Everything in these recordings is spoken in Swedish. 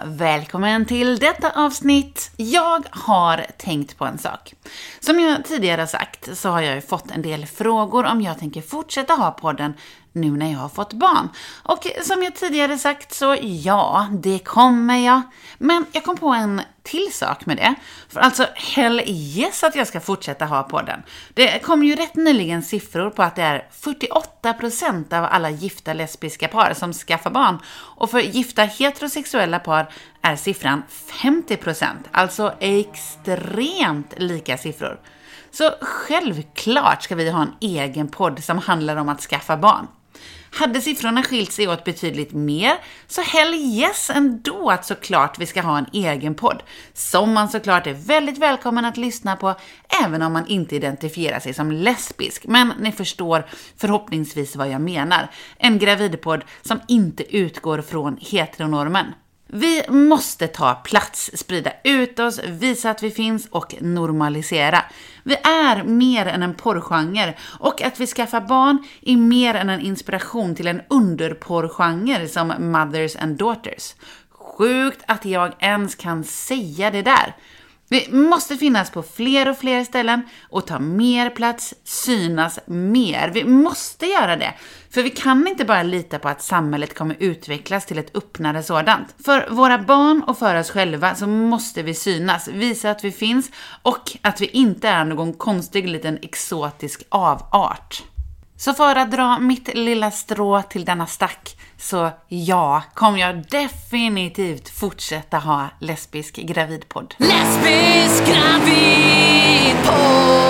välkommen till detta avsnitt. Jag har tänkt på en sak. Som jag tidigare sagt så har jag ju fått en del frågor om jag tänker fortsätta ha podden nu när jag har fått barn. Och som jag tidigare sagt så ja, det kommer jag. Men jag kom på en till sak med det. För alltså hell yes att jag ska fortsätta ha podden. Det kom ju rätt nyligen siffror på att det är 48% av alla gifta lesbiska par som skaffar barn. Och för gifta heterosexuella par är siffran 50%. Alltså extremt lika siffror. Så självklart ska vi ha en egen podd som handlar om att skaffa barn. Hade siffrorna skilt sig åt betydligt mer så hell yes ändå att såklart vi ska ha en egen podd. Som man såklart är väldigt välkommen att lyssna på även om man inte identifierar sig som lesbisk. Men ni förstår förhoppningsvis vad jag menar. En gravidpodd som inte utgår från heteronormen. Vi måste ta plats, sprida ut oss, visa att vi finns och normalisera. Vi är mer än en porrgenre och att vi skaffar barn är mer än en inspiration till en underporrgenre som Mothers and Daughters. Sjukt att jag ens kan säga det där. Vi måste finnas på fler och fler ställen och ta mer plats, synas mer. Vi måste göra det. För vi kan inte bara lita på att samhället kommer utvecklas till ett öppnare sådant. För våra barn och för oss själva så måste vi synas, visa att vi finns och att vi inte är någon konstig liten exotisk avart. Så för att dra mitt lilla strå till denna stack så ja, kommer jag definitivt fortsätta ha lesbisk gravidpodd. Lesbisk gravidpodd!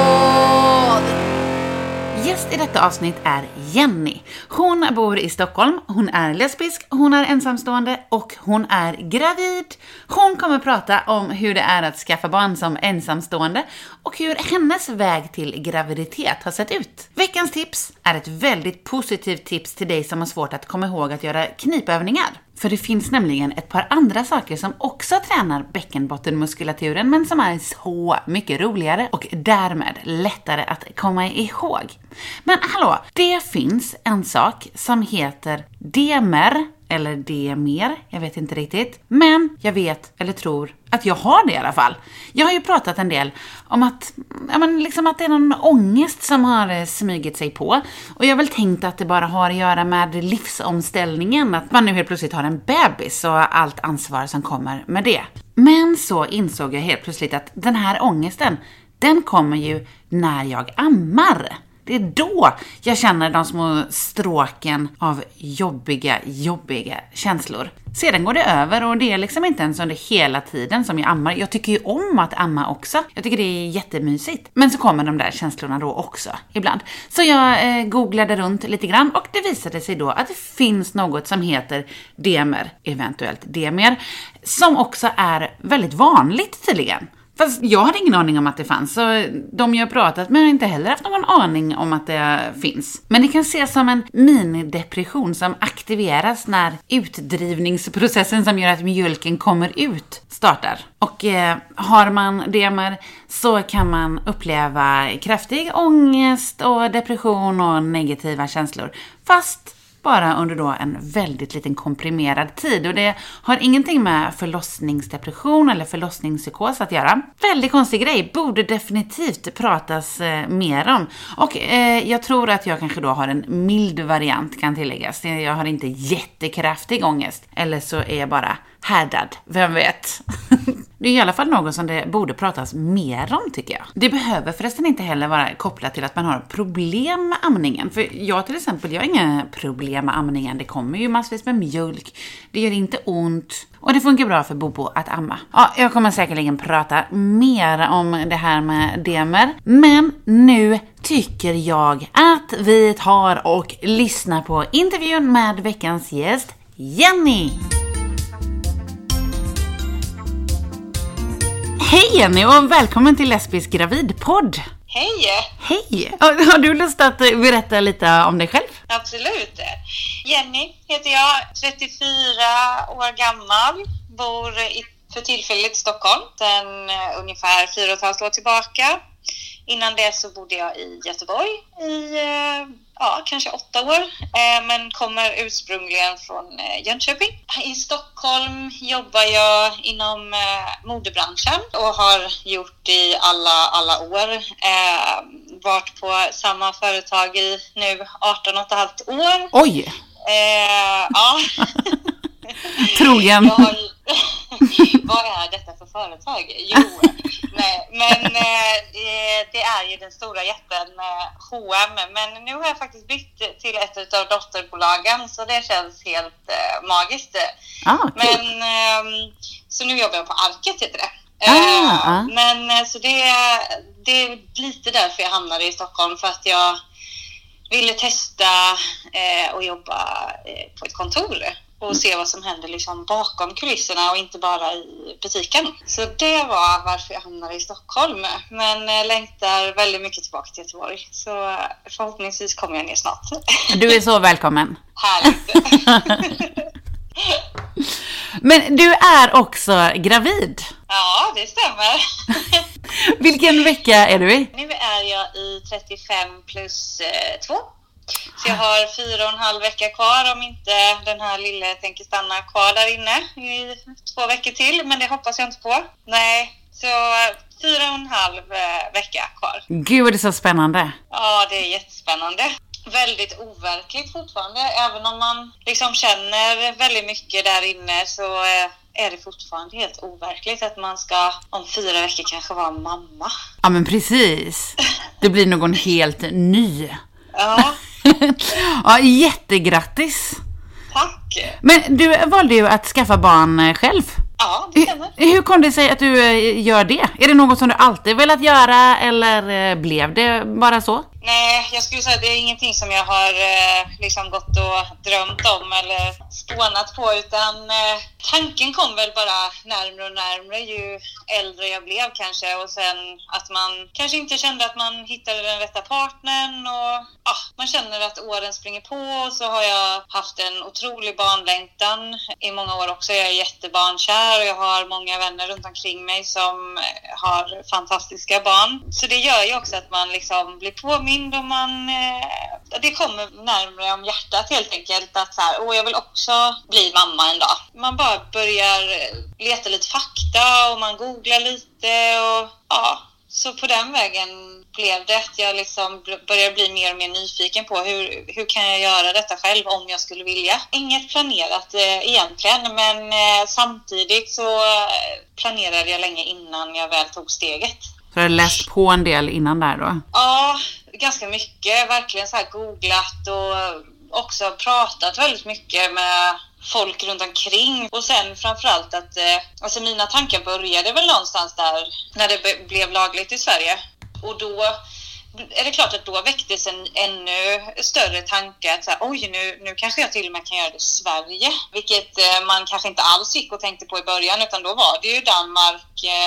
Gäst i detta avsnitt är Jenny. Hon bor i Stockholm, hon är lesbisk, hon är ensamstående och hon är gravid. Hon kommer prata om hur det är att skaffa barn som ensamstående och hur hennes väg till graviditet har sett ut. Veckans tips är ett väldigt positivt tips till dig som har svårt att komma ihåg att göra knipövningar. För det finns nämligen ett par andra saker som också tränar bäckenbottenmuskulaturen men som är så mycket roligare och därmed lättare att komma ihåg. Men hallå, det finns en sak som heter DMR eller DMR, jag vet inte riktigt. Men jag vet, eller tror, att jag har det i alla fall. Jag har ju pratat en del om att, att det är någon ångest som har smygit sig på. Och jag har väl tänkt att det bara har att göra med livsomställningen. Att man nu helt plötsligt har en bebis och allt ansvar som kommer med det. Men så insåg jag helt plötsligt att den här ångesten, den kommer ju när jag ammar. Det är då jag känner de små stråken av jobbiga känslor. Sedan går det över och det är liksom inte ens under hela tiden som jag ammar. Jag tycker ju om att amma också. Jag tycker det är jättemysigt. Men så kommer de där känslorna då också ibland. Så jag googlade runt lite grann och det visade sig då att det finns något som heter DMR, eventuellt DMR, som också är väldigt vanligt tydligen. Fast jag hade ingen aning om att det fanns, så de jag pratat med har inte heller haft någon aning om att det finns. Men det kan ses som en minidepression som aktiveras när utdrivningsprocessen som gör att mjölken kommer ut startar. Och har man DMR så kan man uppleva kraftig ångest och depression och negativa känslor. Fast bara under då en väldigt liten komprimerad tid. Och det har ingenting med förlossningsdepression eller förlossningspsykos att göra. Väldigt konstig grej. Borde definitivt pratas mer om. Och jag tror att jag kanske då har en mild variant kan tilläggas. Jag har inte jättekraftig ångest. Eller så är jag bara härdad. Vem vet? Det är i alla fall något som det borde pratas mer om tycker jag. Det behöver förresten inte heller vara kopplat till att man har problem med amningen. För jag till exempel, jag har inga problem med amningen. Det kommer ju massvis med mjölk. Det gör inte ont. Och det funkar bra för Bobo att amma. Ja, jag kommer säkerligen prata mer om det här med DMR. Men nu tycker jag att vi tar och lyssnar på intervjun med veckans gäst, Jenny. Hej Jenny och välkommen till Lesbisk gravidpodd. Hej! Hej! Har du lust att berätta lite om dig själv? Absolut. Jenny heter jag, 34 år gammal, bor för tillfället i Stockholm sedan ungefär 4,5 år tillbaka. Innan det så bodde jag i Göteborg i kanske 8 år, men kommer ursprungligen från Jönköping. I Stockholm jobbar jag inom modebranschen och har gjort i alla år. Varit på samma företag i nu 18,5 år. Oj! Ja. Trogen. Vad är detta för företag? Jo, nej, men det är ju den stora jätten H&M. Men nu har jag faktiskt bytt till ett av dotterbolagen, så det känns helt magiskt. Cool. Men så nu jobbar jag på Arket, heter det. Men så det är lite därför jag hamnade i Stockholm, för att jag ville testa och jobba på ett kontor och se vad som händer liksom bakom kulisserna och inte bara i butiken. Så det var varför jag hamnade i Stockholm. Men längtar väldigt mycket tillbaka till Göteborg. Så förhoppningsvis kommer jag ner snart. Du är så välkommen. Härligt. Men du är också gravid. Ja, det stämmer. Vilken vecka är du i? Nu är jag i 35 plus 2. Så jag har 4,5 veckor kvar, om inte den här lilla tänker stanna kvar där inne i 2 veckor till. Men det hoppas jag inte på. Nej, så 4,5 vecka kvar. Gud, det är så spännande. Ja, det är jättespännande. Väldigt overkligt fortfarande. Även om man liksom känner väldigt mycket där inne, så är det fortfarande helt overkligt att man ska om 4 veckor kanske vara mamma. Ja, men precis. Det blir någon helt ny. Ja. Ja, jättegrattis. Tack. Men du valde ju att skaffa barn själv. Ja, det stämmer. Hur kom det sig att du gör det? Är det något som du alltid velat göra, eller blev det bara så? Nej, jag skulle säga att det är ingenting som jag har liksom gått och drömt om eller spånat på, utan tanken kom väl bara närmare och närmare ju äldre jag blev kanske, och sen att man kanske inte kände att man hittade den rätta partnern, och man känner att åren springer på, och så har jag haft en otrolig barnlängtan i många år också. Jag är jättebarnkär och jag har många vänner runt omkring mig som har fantastiska barn. Så det gör ju också att man liksom blir påmind, och det kommer närmare om hjärtat helt enkelt, att så här, jag vill också bli mamma en dag. Man bara börjar leta lite fakta och man googlar lite, och så på den vägen blev det att jag liksom började bli mer och mer nyfiken på hur kan jag göra detta själv om jag skulle vilja. Inget planerat egentligen, men samtidigt så planerade jag länge innan jag väl tog steget. Så du har läst på en del innan där då? Ja, ganska mycket. Verkligen så här googlat och också pratat väldigt mycket med folk runt omkring. Och sen framförallt att alltså mina tankar började väl någonstans där när det blev lagligt i Sverige. Och då är det klart att då väcktes en ännu större tanke att så här, nu kanske jag till och med kan göra det i Sverige. Vilket man kanske inte alls gick och tänkte på i början, utan då var det ju Danmark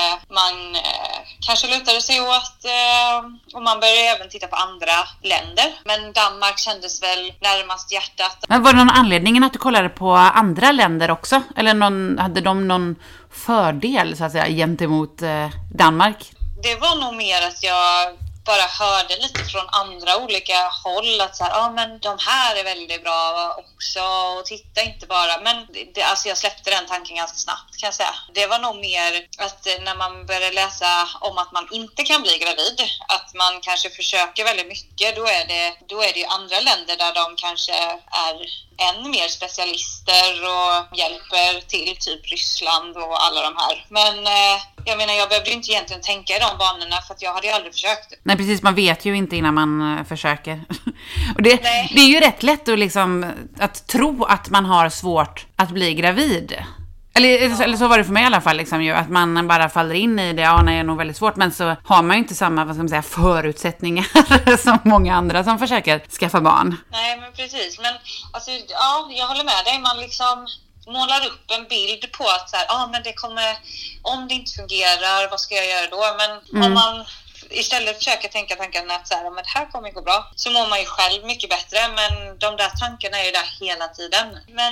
man kanske lutade sig åt, och man började även titta på andra länder. Men Danmark kändes väl närmast hjärtat. Men var det någon anledning att du kollade på andra länder också? Eller hade de någon fördel så att säga gentemot Danmark? Det var nog mer att jag bara hörde lite från andra olika håll att så här, men de här är väldigt bra också, och titta inte bara. Men alltså jag släppte den tanken ganska snabbt, kan jag säga. Det var nog mer att när man började läsa om att man inte kan bli gravid, att man kanske försöker väldigt mycket, då är det ju andra länder där de kanske är än mer specialister och hjälper till, typ Ryssland och alla de här. Men jag menar, jag behövde inte egentligen tänka i de banorna, för att jag hade ju aldrig försökt. Nej, precis, man vet ju inte innan man försöker. Och det är ju rätt lätt att, liksom, att tro att man har svårt att bli gravid. Eller så var det för mig i alla fall, liksom, ju, att man bara faller in i det. Ja, nej, det är nog väldigt svårt. Men så har man ju inte samma förutsättningar som många andra som försöker skaffa barn. Nej, men precis. Men alltså, jag håller med dig. Man liksom målar upp en bild på att så här, men det kommer, om det inte fungerar, vad ska jag göra då? Men om man istället försöker tänka tanken att så här, men det här kommer gå bra, så mår man ju själv mycket bättre. Men de där tankarna är ju där hela tiden. Men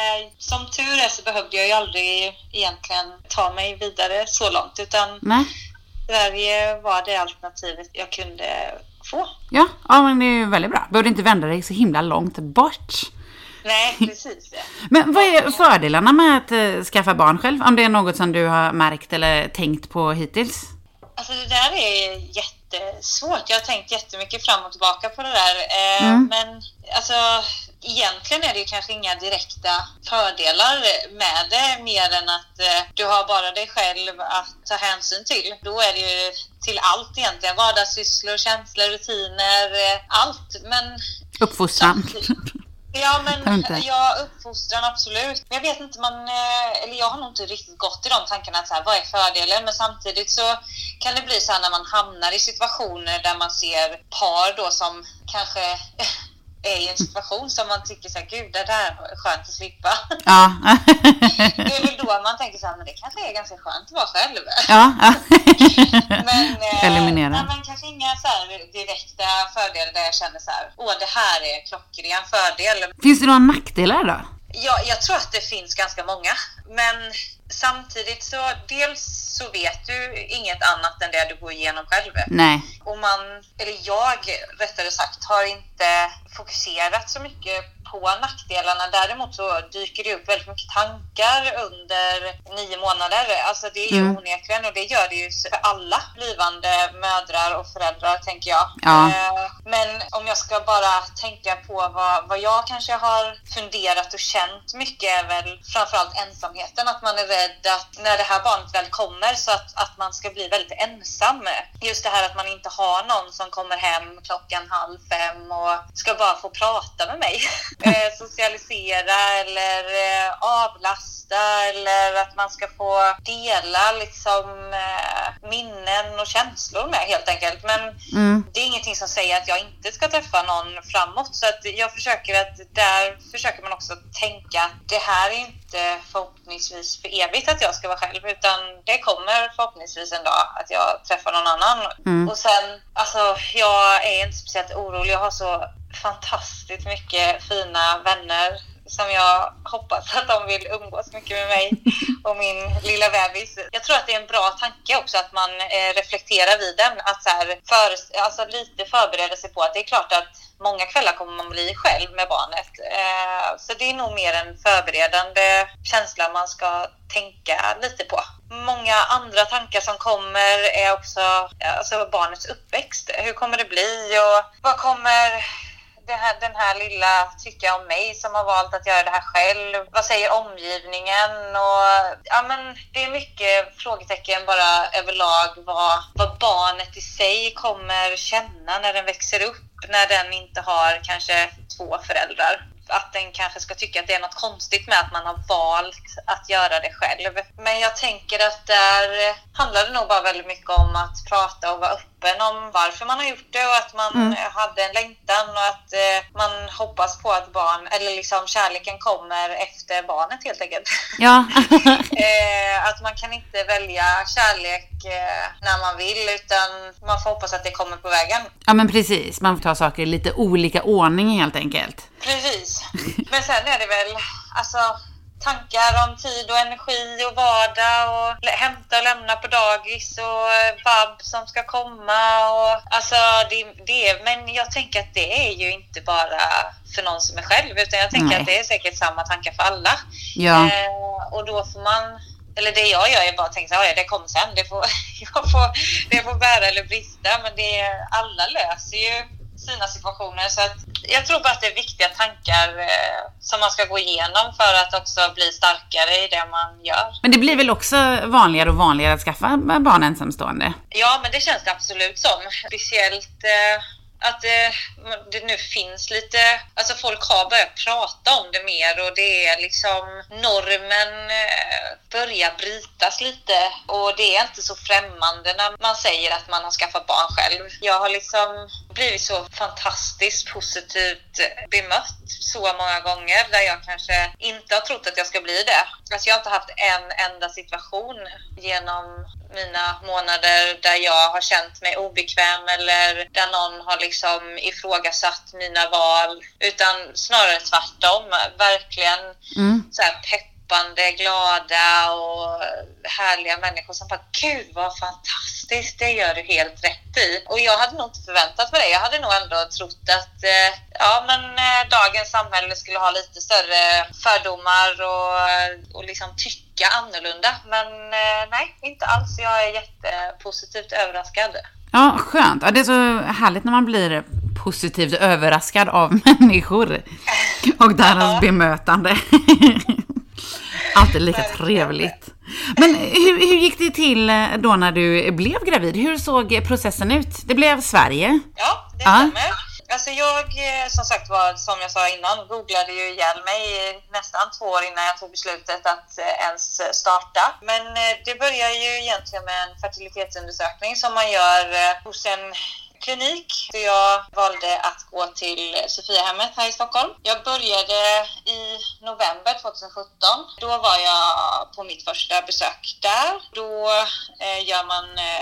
som tur är så behövde jag ju aldrig egentligen ta mig vidare så långt, utan Sverige var det alternativet jag kunde få. Ja, men det är ju väldigt bra. Behöver inte vända dig så himla långt bort. Nej, precis. Men vad är fördelarna med att skaffa barn själv? Om det är något som du har märkt eller tänkt på hittills? Alltså det där är jättesvårt. Jag har tänkt jättemycket fram och tillbaka på det där. Men alltså egentligen är det ju kanske inga direkta fördelar med det, mer än att du har bara dig själv att ta hänsyn till. Då är det ju till allt egentligen. Vardagssysslor, känslor, rutiner, allt. Men uppfostran. Ja, men uppfostran absolut. Men jag vet inte, jag har nog inte riktigt gått i de tankarna att så här, vad är fördelen? Men samtidigt så kan det bli så här när man hamnar i situationer där man ser par då som kanske är i en situation som man tycker så här, gud, det där är skönt att slippa. Ja. Det är väl då man tänker så här, men det kanske är ganska skönt att vara själv. Ja. Men, eliminera. Men kanske inga så här direkta fördelar där jag känner så här, det här är klockren fördel. Finns det några nackdelar då? Ja, jag tror att det finns ganska många. Men samtidigt så, dels så vet du inget annat än det du går igenom själv. Nej. Och jag rättare sagt, har inte fokuserat så mycket på nackdelarna. Däremot så dyker det upp väldigt mycket tankar under 9 månader. Alltså det är ju onekligen, och det gör det ju för alla blivande mödrar och föräldrar, tänker jag. Ja. Men om jag ska bara tänka på vad jag kanske har funderat och känt mycket är väl framförallt ensamheten. Att man är rädd att när det här barnet väl kommer så att man ska bli väldigt ensam. Just det här att man inte har någon som kommer hem 4:30 och ska bara få prata med mig. Socialisera eller avlasta, eller att man ska få dela liksom minnen och känslor med, helt enkelt. Men det är ingenting som säger att jag inte ska träffa någon framåt, så att jag försöker att där försöker man också tänka att det här är inte förhoppningsvis för evigt att jag ska vara själv, utan det kommer förhoppningsvis en dag att jag träffar någon annan. Och sen, alltså jag är inte speciellt orolig, jag har så fantastiskt mycket fina vänner som jag hoppas att de vill umgås mycket med mig och min lilla bebis. Jag tror att det är en bra tanke också att man reflekterar vid den, att så här, lite förbereda sig på att det är klart att många kvällar kommer man bli själv med barnet. Så det är nog mer en förberedande känsla man ska tänka lite på. Många andra tankar som kommer är också barnets uppväxt. Hur kommer det bli och vad kommer den här lilla tycka om mig som har valt att göra det här själv? Vad säger omgivningen? Och det är mycket frågetecken bara överlag vad barnet i sig kommer känna när den växer upp, när den inte har kanske 2 föräldrar. Att den kanske ska tycka att det är något konstigt med att man har valt att göra det själv. Men jag tänker att där handlar det nog bara väldigt mycket om att prata och vara öppen om varför man har gjort det, och att man hade en längtan och att man hoppas på att kärleken kommer efter barnet, helt enkelt. Ja. Att man kan inte välja kärlek när man vill, utan man får hoppas att det kommer på vägen. Ja, men precis. Man får ta saker i lite olika ordning, helt enkelt. Precis. Men sen är det väl tankar om tid och energi och vardag och hämta och lämna på dagis och vab som ska komma och men jag tänker att det är ju inte bara för någon som är själv, utan jag tänker att det är säkert samma tankar för alla. Ja. Och då får man, eller det jag gör är bara att tänka att det kommer sen, det får bära eller brista, men alla löser ju sina situationer, så att jag tror bara att det är viktiga tankar som man ska gå igenom för att också bli starkare i det man gör. Men det blir väl också vanligare och vanligare att skaffa barn ensamstående? Ja, men det känns det absolut som. Speciellt att det nu finns lite, folk har börjat prata om det mer, och det är liksom normen börjar brytas lite, och det är inte så främmande när man säger att man har skaffat barn själv. Jag har liksom blivit så fantastiskt positivt bemött så många gånger där jag kanske inte har trott att jag ska bli det. Jag har inte haft en enda situation genom mina månader där jag har känt mig obekväm eller där någon har liksom ifrågasatt mina val, utan snarare tvärtom, verkligen så här hoppande, glada och härliga människor som bara, gud vad fantastiskt, det gör du helt rätt i. Och jag hade nog inte förväntat mig det. Jag hade nog ändå trott att dagens samhälle skulle ha lite större fördomar och liksom tycka annorlunda. Men nej, inte alls. Jag är jättepositivt överraskad. Ja, skönt. Ja, det är så härligt när man blir positivt överraskad av människor och deras bemötande. Alltid lika trevligt. Men hur gick det till då när du blev gravid? Hur såg processen ut? Det blev Sverige. Ja, det stämmer. Alltså jag, som sagt var, som jag sa innan, googlade ju ihjäl mig nästan 2 år innan jag tog beslutet att ens starta. Men det börjar ju egentligen med en fertilitetsundersökning som man gör hos en klinik. Så jag valde att gå till Sofiahemmet här i Stockholm. Jag började i november 2017. Då var jag på mitt första besök där. Då gör man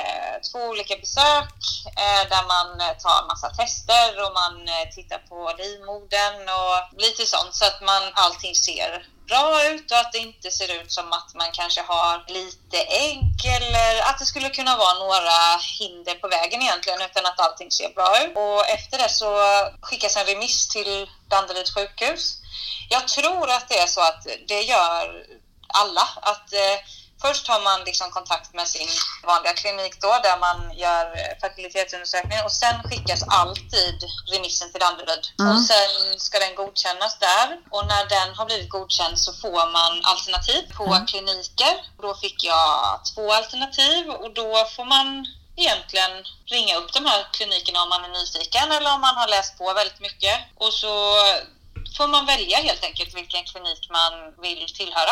2 olika besök där man tar en massa tester och man tittar på livmodern och lite sånt så att allting ser bra ut och att det inte ser ut som att man kanske har lite ägg eller att det skulle kunna vara några hinder på vägen egentligen, utan att allting ser bra ut. Och efter det så skickas en remiss till Danderyds sjukhus. Jag tror att det är så att det gör alla, att först har man liksom kontakt med sin vanliga klinik då, där man gör fertilitetsundersökningen och sen skickas alltid remissen till Danderyd. Och sen ska den godkännas där och när den har blivit godkänd så får man alternativ på kliniker. Då fick jag 2 alternativ och då får man egentligen ringa upp de här klinikerna om man är nyfiken eller om man har läst på väldigt mycket. Och så får man välja helt enkelt vilken klinik man vill tillhöra.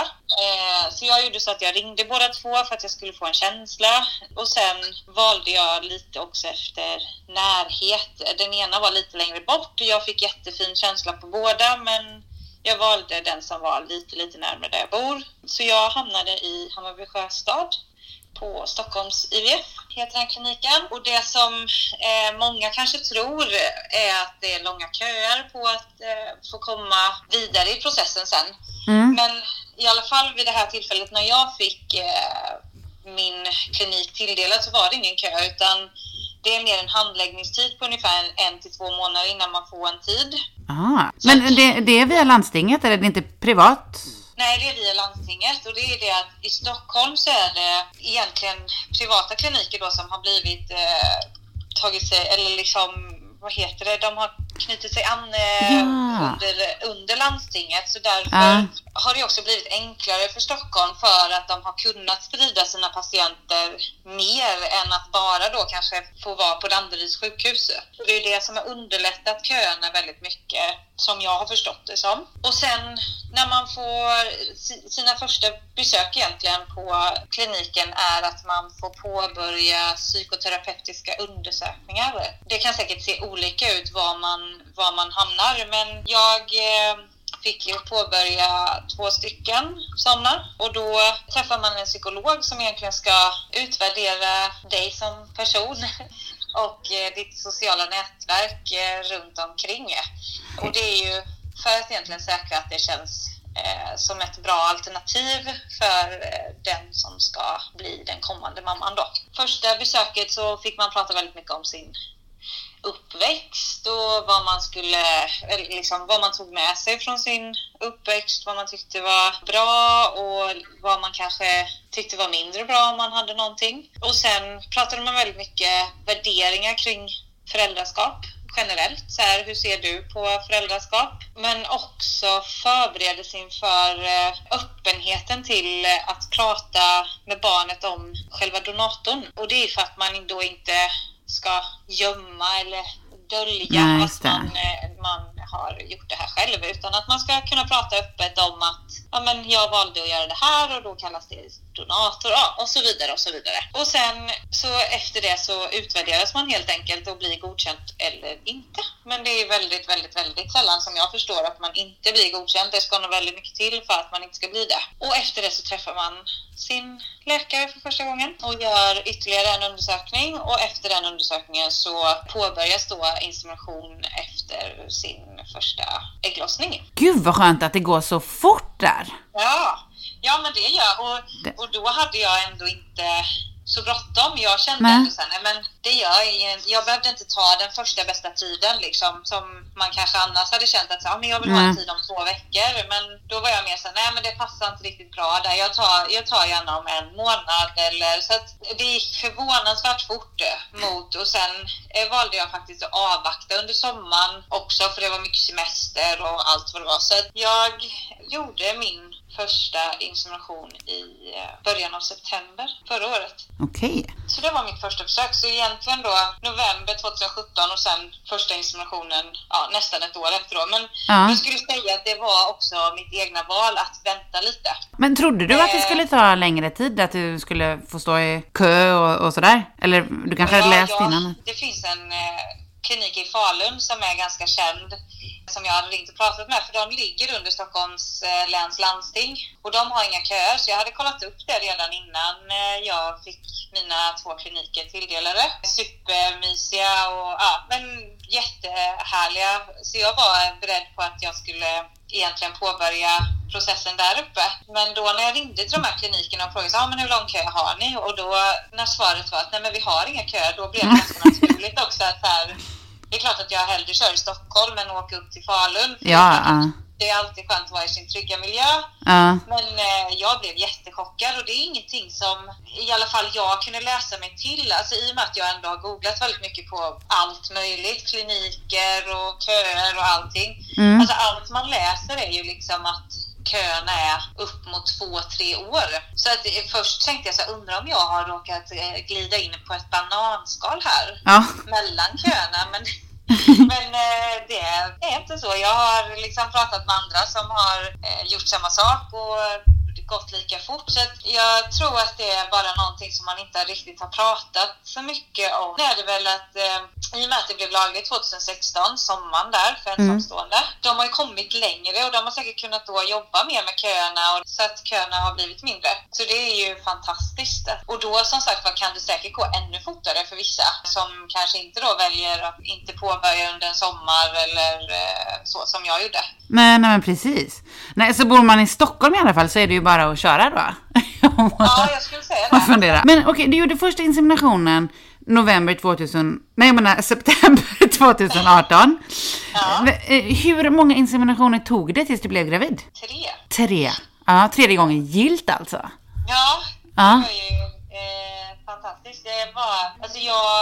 Så jag gjorde så att jag ringde båda 2 för att jag skulle få en känsla. Och sen valde jag lite också efter närhet. Den ena var lite längre bort och jag fick jättefin känsla på båda, men jag valde den som var lite närmare där jag bor. Så jag hamnade i Hammarby Sjöstad på Stockholms IVF, heter den kliniken. Och det som många kanske tror är att det är långa köer på att få komma vidare i processen sen. Men i alla fall vid det här tillfället när jag fick min klinik tilldelad så var det ingen kö, utan det är mer en handläggningstid på ungefär 1 till 2 månader innan man får en tid. Men det är via landstinget eller är det inte privat? Nej, det är via landstinget och det är det att i Stockholm så är det egentligen privata kliniker då som har blivit tagit sig, eller liksom, vad heter det, de har knutit sig an under landstinget, så därför har det också blivit enklare för Stockholm för att de har kunnat sprida sina patienter mer än att bara då kanske få vara på Danderyds sjukhus. Det är det som har underlättat köerna väldigt mycket, som jag har förstått det som. Och sen när man får sina första besök egentligen på kliniken är att man får påbörja psykoterapeutiska undersökningar. Det kan säkert se olika ut var man hamnar, men jag fick ju påbörja 2 stycken sådana och då träffar man en psykolog som egentligen ska utvärdera dig som person och ditt sociala nätverk runt omkring. Och det är ju för att egentligen säkra att det känns som ett bra alternativ för den som ska bli den kommande mamman då. Första besöket så fick man prata väldigt mycket om sin uppväxt och vad man tog med sig från sin uppväxt, vad man tyckte var bra och vad man kanske tyckte var mindre bra om man hade någonting. Och sen pratade man väldigt mycket värderingar kring föräldraskap generellt. Så här, hur ser du på föräldraskap? Men också förberedelse inför öppenheten till att prata med barnet om själva donatorn. Och det är för att man då inte ska gömma eller dölja att man har gjort det här själv, utan att man ska kunna prata öppet om att jag valde att göra det här och då kallas det donator och så vidare och så vidare. Och sen så efter det så utvärderas man helt enkelt och blir godkänt eller inte. Men det är väldigt, väldigt, väldigt sällan som jag förstår att man inte blir godkänt. Det ska nog väldigt mycket till för att man inte ska bli det. Och efter det så träffar man sin läkare för första gången och gör ytterligare en undersökning, och efter den undersökningen så påbörjas då insemination efter sin första ägglossning. Gud vad skönt att det går så fort där. Ja, Ja, men det gör. Och då hade jag ändå inte så bråttom. Jag kände ändå sen, men det jag behövde inte ta den första bästa tiden liksom, som man kanske annars hade känt att men jag vill ha en tid om 2 veckor. Men då var jag mer så nej, men det passar inte riktigt bra där. Jag tar gärna om 1 månad eller så att det gick förvånansvärt fort mot, och sen valde jag faktiskt att avvakta under sommaren också, för det var mycket semester och allt vad det var. Så att jag gjorde min första insemination i början av september förra året. Okej. Så det var mitt första försök. Så egentligen då november 2017 och sen första inseminationen nästan ett år efteråt. Men jag skulle säga att det var också mitt egna val att vänta lite. Men trodde du att det skulle ta längre tid? Att du skulle få stå i kö och sådär? Eller du kanske hade läst innan? Det finns en klinik i Falun som är ganska känd, som jag hade ringt och pratat med, för de ligger under Stockholms läns landsting och de har inga köer, så jag hade kollat upp det redan innan jag fick mina 2 kliniker tilldelade. Supermysiga och men jättehärliga, så jag var beredd på att jag skulle egentligen påbörja processen där uppe. Men då när jag ringde till de här klinikerna och frågade men hur lång kö har ni? Och då när svaret var att nej, men vi har inga köer, då blev det ganska naturligt också att här, det är klart att jag hellre kör i Stockholm än åker upp till Falun. Det är alltid skönt att vara i sin trygga miljö. Men jag blev jättechockad, och det är ingenting som i alla fall jag kunde läsa mig till. Alltså i och med att jag ändå har googlat väldigt mycket på allt möjligt, kliniker och köer och allting. Alltså allt man läser är ju liksom att köerna är upp mot 2-3 år. Så att först tänkte jag undrar om jag har råkat glida in på ett bananskal här mellan köerna, men det är inte så. Jag har liksom pratat med andra som har gjort samma sak och gått lika fort. Så jag tror att det är bara någonting som man inte riktigt har pratat så mycket om. Det är det väl att i och med att det blev lagligt 2016, sommaren där för ensamstående, de har ju kommit längre och de har säkert kunnat då jobba mer med köerna, och så att köerna har blivit mindre. Så det är ju fantastiskt. Och då som sagt kan det säkert gå ännu fortare för vissa som kanske inte då väljer att inte påbörja under en sommar eller så som jag gjorde. Men precis. Nej, så bor man i Stockholm i alla fall så är det ju bara att köra då. Ja, jag skulle säga det. Men okej, du gjorde första inseminationen september 2018. Hur många inseminationer tog det tills du blev gravid? 3. Ja, 3:e gången gilt alltså. Ja, det var ju fantastiskt. Det var, alltså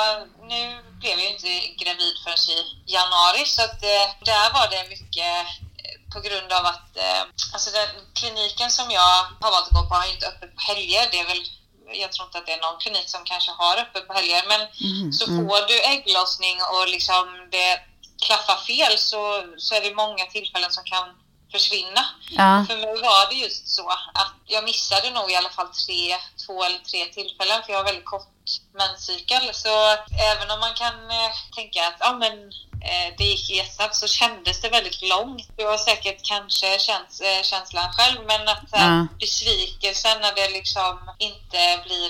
nu blev jag inte gravid förrän i januari, så att där var det mycket på grund av att alltså den kliniken som jag har valt att gå på har inte öppet på helger. Det är väl, jag tror inte att det är någon klinik som kanske har öppet på helger, men så får du ägglossning och liksom det klaffar fel, så är det många tillfällen som kan försvinna. För mig var det just så att jag missade nog i alla fall 2 eller 3 tillfällen, för jag har väldigt kort menscykel. Så även om man kan tänka att det gick jättesnabbt, så kändes det väldigt långt. Det var säkert kanske känslan själv, men att besvikelsen när det liksom inte blir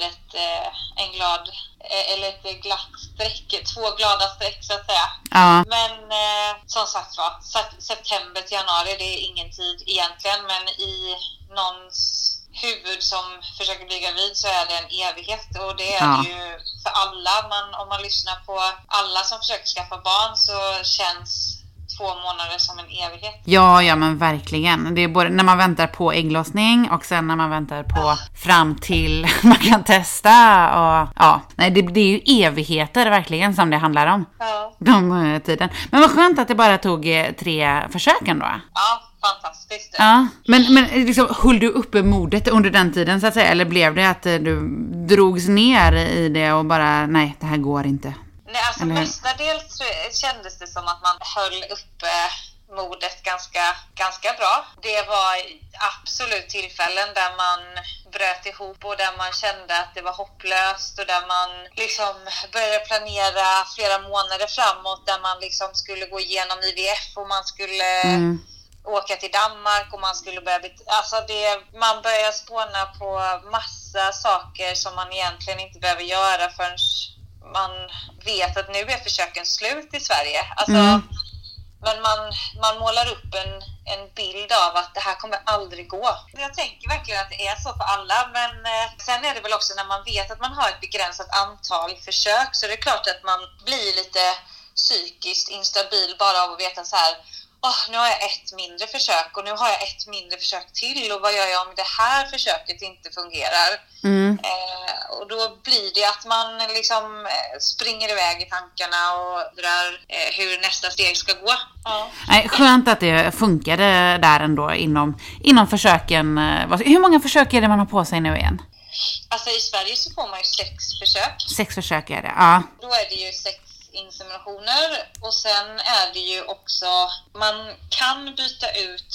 en glad eller ett glatt streck, 2 glada streck så att säga. Men som sagt var, september till januari, det är ingen tid egentligen, men i någons huvud som försöker bli gravid så är det en evighet, och det är det ju för alla. Om man lyssnar på alla som försöker skaffa barn, så känns 2 månader som en evighet. Ja, men verkligen. Det är både när man väntar på ägglossning och sen när man väntar på fram till man kan testa. Och, det är ju evigheter verkligen som det handlar om. De tiden. Men vad skönt att det bara tog 3 försöken då. Ja, fantastiskt. Ja, men liksom, höll du uppe modet under den tiden så att säga? Eller blev det att du drogs ner i det och bara, nej, det här går inte? Nej, alltså mestadels kändes det som att man höll uppe modet ganska bra. Det var absolut tillfällen där man bröt ihop och där man kände att det var hopplöst, och där man liksom började planera flera månader framåt, där man liksom skulle gå igenom IVF och man skulle åka till Danmark och man skulle börja man börjar spåna på massa saker som man egentligen inte behöver göra förrän man vet att nu är försöken slut i Sverige. Alltså Men man målar upp en bild av att det här kommer aldrig gå. Jag tänker verkligen att det är så för alla, men sen är det väl också när man vet att man har ett begränsat antal försök, så det är klart att man blir lite psykiskt instabil bara av att veta så här: nu har jag ett mindre försök och nu har jag ett mindre försök till, och vad gör jag om det här försöket inte fungerar? Och då blir det att man liksom springer iväg i tankarna och undrar hur nästa steg ska gå. Ja. Nej, skönt att det funkade där ändå inom försöken. Hur många försök är det man har på sig nu igen? Alltså i Sverige så får man ju 6 försök. 6 försök är det, ja. Då är det ju 6 inseminationer, och sen är det ju också, man kan byta ut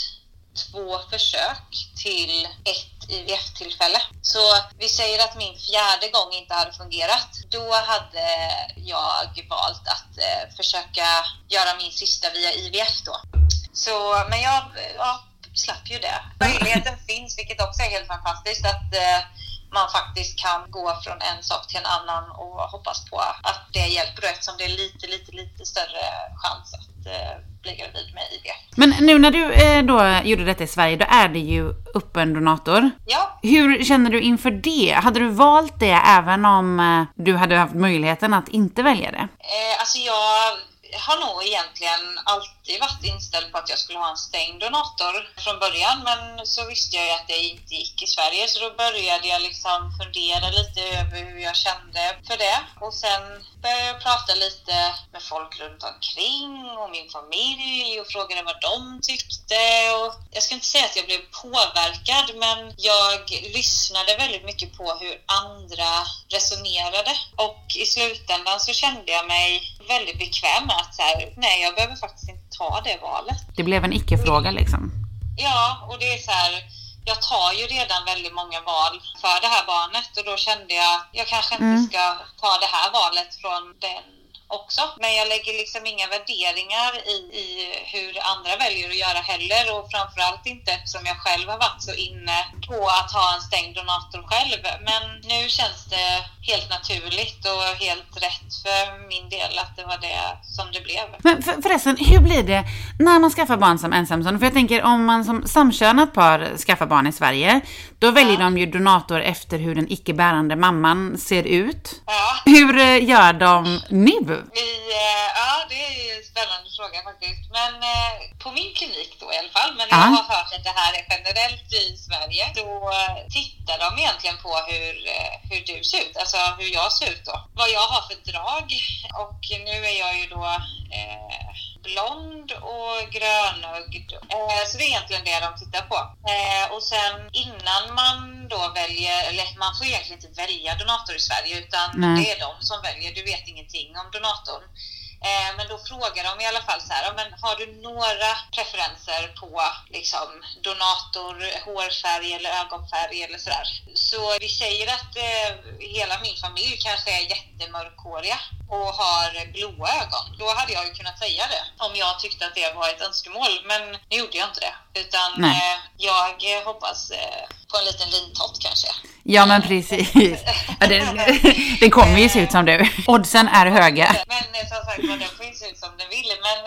2 försök till 1 IVF-tillfälle. Så vi säger att min 4:e gång inte hade fungerat. Då hade jag valt att försöka göra min sista via IVF då. Så, men jag slapp ju det. Möjligheten finns, vilket också är helt fantastiskt, att man faktiskt kan gå från en sak till en annan och hoppas på att det hjälper då, eftersom det är lite större chans att bli gravid med IVF. Men nu när du då gjorde detta i Sverige, då är det ju öppen donator. Ja. Hur känner du inför det? Hade du valt det även om du hade haft möjligheten att inte välja det? Alltså jag har nog egentligen alltid varit inställd på att jag skulle ha en stängd donator från början, men så visste jag ju att det inte gick i Sverige, så då började jag liksom fundera lite över hur jag kände för det, och sen började jag prata lite med folk runt omkring och min familj och frågade vad de tyckte, och jag ska inte säga att jag blev påverkad, men jag lyssnade väldigt mycket på hur andra resonerade, och i slutändan så kände jag mig väldigt bekväm med att så här, nej, jag behöver faktiskt inte ta det valet. Det blev en icke-fråga liksom. Ja, och det är så här, jag tar ju redan väldigt många val för det här barnet, och då kände jag kanske inte ska ta det här valet från den också. Men jag lägger liksom inga värderingar i hur andra väljer att göra heller, och framförallt inte eftersom jag själv har varit så inne på att ha en stängd donator själv. Men nu känns det helt naturligt och helt rätt för min del att det var det som det blev. Men förresten, hur blir det när man skaffar barn som ensamstående? För jag tänker, om man som samkönat par skaffar barn i Sverige, då väljer de ju donator efter hur den icke-bärande mamman ser ut. Ja. Hur gör de nu? Ja, det är ju en spännande fråga faktiskt. Men på min klinik då i alla fall, men jag har hört att det här är generellt i Sverige, då tittar de egentligen på hur du ser ut, alltså hur jag ser ut då. Vad jag har för drag, och nu är jag ju då blond och grönögd. Så det är egentligen det de tittar på. Och sen innan man då väljer, eller man får egentligen inte välja donator i Sverige, utan det är de som väljer. Du vet ingenting om donatorn. Men då frågar de i alla fall så här, men har du några preferenser på liksom donator, hårfärg eller ögonfärg eller sådär? Så vi säger att hela min familj kanske är jättemörkhåriga och har blåa ögon. Då hade jag ju kunnat säga det om jag tyckte att det var ett önskemål, men nu gjorde jag inte det. Utan jag hoppas på en liten lintott kanske. Ja, men precis. Ja, det kommer ju se ut som du. Oddsen är höga. Men som sagt, den får ju se ut som den vill. Men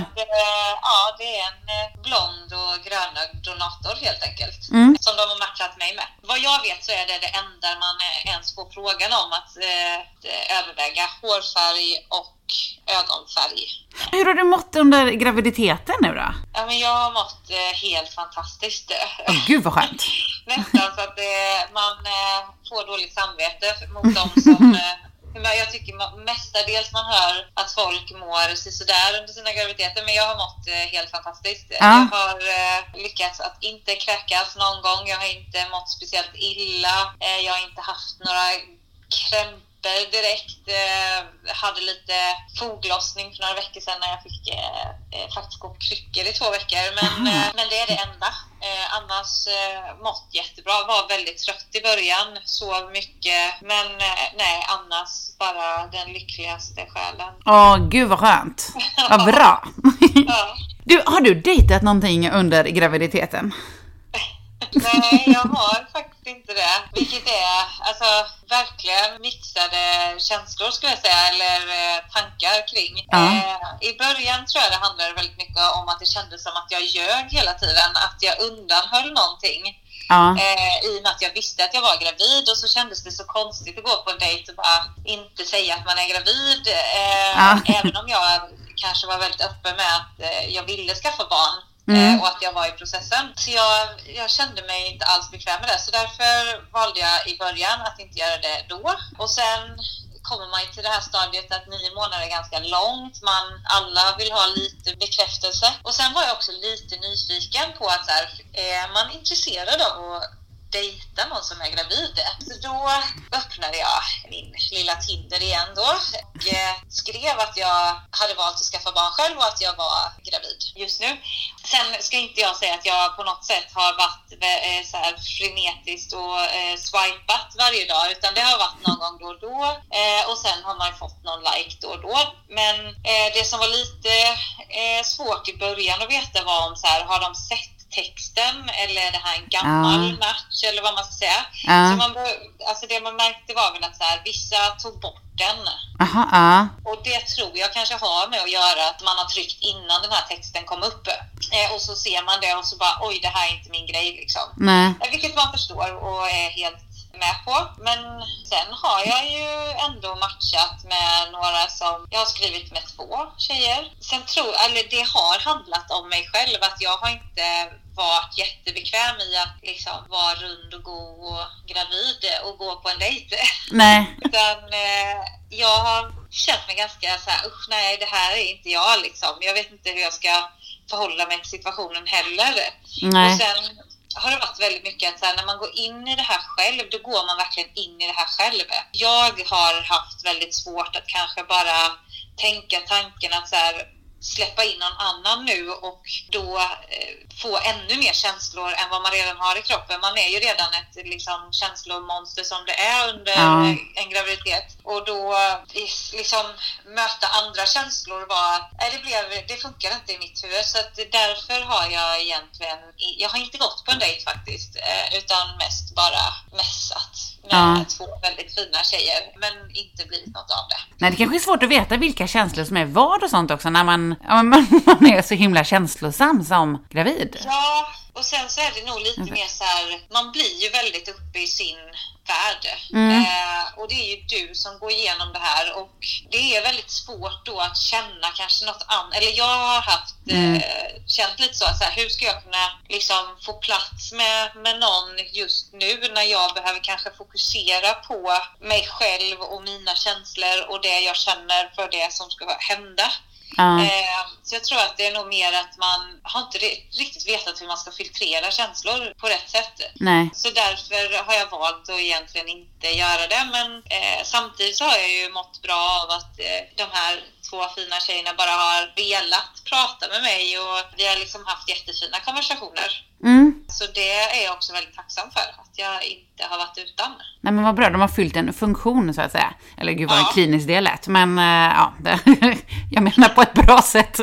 det är en blond och grönögd donator helt enkelt. Som de har matchat mig med. Vad jag vet så är det enda man ens får frågan om att överväga hårfärg och ögonfärg. Hur har du mått under graviditeten nu då? Ja, men jag har mått helt fantastiskt. Gud vad skönt. Nästan så att man får dåligt samvete mot dem som... Jag tycker mestadels man hör att folk mår sådär under sina graviditeter, men jag har mått helt fantastiskt. Jag har lyckats att inte kräkas någon gång, jag har inte mått speciellt illa, jag har inte haft några krämpor direkt. Hade lite foglossning för några veckor sedan när jag fick faktiskt gå på kryckor i 2 veckor, men det är det enda. Annars mått jättebra, var väldigt trött i början, sov mycket, men nej, annars bara den lyckligaste själen. Gud vad skönt. Vad bra. Du, har du dejtat någonting under graviditeten? Nej, jag har faktiskt inte det. Vi Vilket är alltså verkligen mixade känslor skulle jag säga, eller tankar kring. I början tror jag det handlade väldigt mycket om att det kändes som att jag ljög hela tiden, att jag undanhöll någonting. I och med att jag visste att jag var gravid, och så kändes det så konstigt att gå på en dejt och bara inte säga att man är gravid. Även om jag kanske var väldigt öppen med att jag ville skaffa barn. Och att jag var i processen. Så jag kände mig inte alls bekväm med det. Så därför valde jag i början att inte göra det då. Och sen kommer man till det här stadiet att 9 månader är ganska långt. Alla vill ha lite bekräftelse. Och sen var jag också lite nyfiken på att så här, är man intresserad av att dejta någon som är gravid? Så då öppnade jag min lilla Tinder igen då och skrev att jag hade valt att skaffa barn själv och att jag var gravid just nu. Sen ska inte jag säga att jag på något sätt har varit så här frenetiskt och swipat varje dag, utan det har varit någon gång då och då, och sen har man fått någon like då och då. Men det som var lite svårt i början att veta var om så här, har de sett texten eller är det här en gammal match eller vad man ska säga. Så alltså det man märkte var väl att så här, vissa tog bort den. Och det tror jag kanske har med att göra att man har tryckt innan den här texten kom upp. Och så ser man det och så bara, oj, det här är inte min grej liksom. Vilket man förstår och är helt med på. Men sen har jag ju ändå matchat med några som jag har skrivit med 2 tjejer. Sen det har handlat om mig själv, att jag har inte varit jättebekväm i att liksom vara rund och god och gravid och gå på en dejt. Nej. Utan jag har känt mig ganska så här, usch nej, det här är inte jag liksom. Jag vet inte hur jag ska förhålla mig till situationen heller. Nej. Och sen har det varit väldigt mycket att så här, när man går in i det här själv, då går man verkligen in i det här själv. Jag har haft väldigt svårt att kanske bara tänka tanken att så här, släppa in någon annan nu och då få ännu mer känslor än vad man redan har i kroppen. Man är ju redan ett liksom, känslomonster som det är under en graviditet. Och då liksom möta andra känslor det funkar inte i mitt huvud. Så att därför har jag har inte gått på en dejt faktiskt, utan mest bara mässat med 2 väldigt fina tjejer, men inte blivit något av det. Nej, det kanske är svårt att veta vilka känslor som är vad och sånt också när man är så himla känslosam som gravid. Ja, och sen så är det nog lite mer så här, man blir ju väldigt uppe i sin värld. Och det är ju du som går igenom det här, och det är väldigt svårt då att känna kanske något annat. Eller jag har haft känt lite så här, hur ska jag kunna liksom få plats med någon just nu när jag behöver kanske fokusera på mig själv och mina känslor och det jag känner för det som ska hända. Så jag tror att det är nog mer att man har inte riktigt vetat hur man ska filtrera känslor på rätt sätt. Nej. Så därför har jag valt att egentligen inte göra det. Men samtidigt så har jag ju mått bra av att de här 2 fina tjejerna bara har velat prata med mig, och vi har liksom haft jättefina konversationer. Så det är jag också väldigt tacksam för, att jag inte har varit utan. Nej, men vad bra, de har fyllt en funktion så att säga. Eller gud vad en klinisk del lät. Men jag menar på ett bra sätt.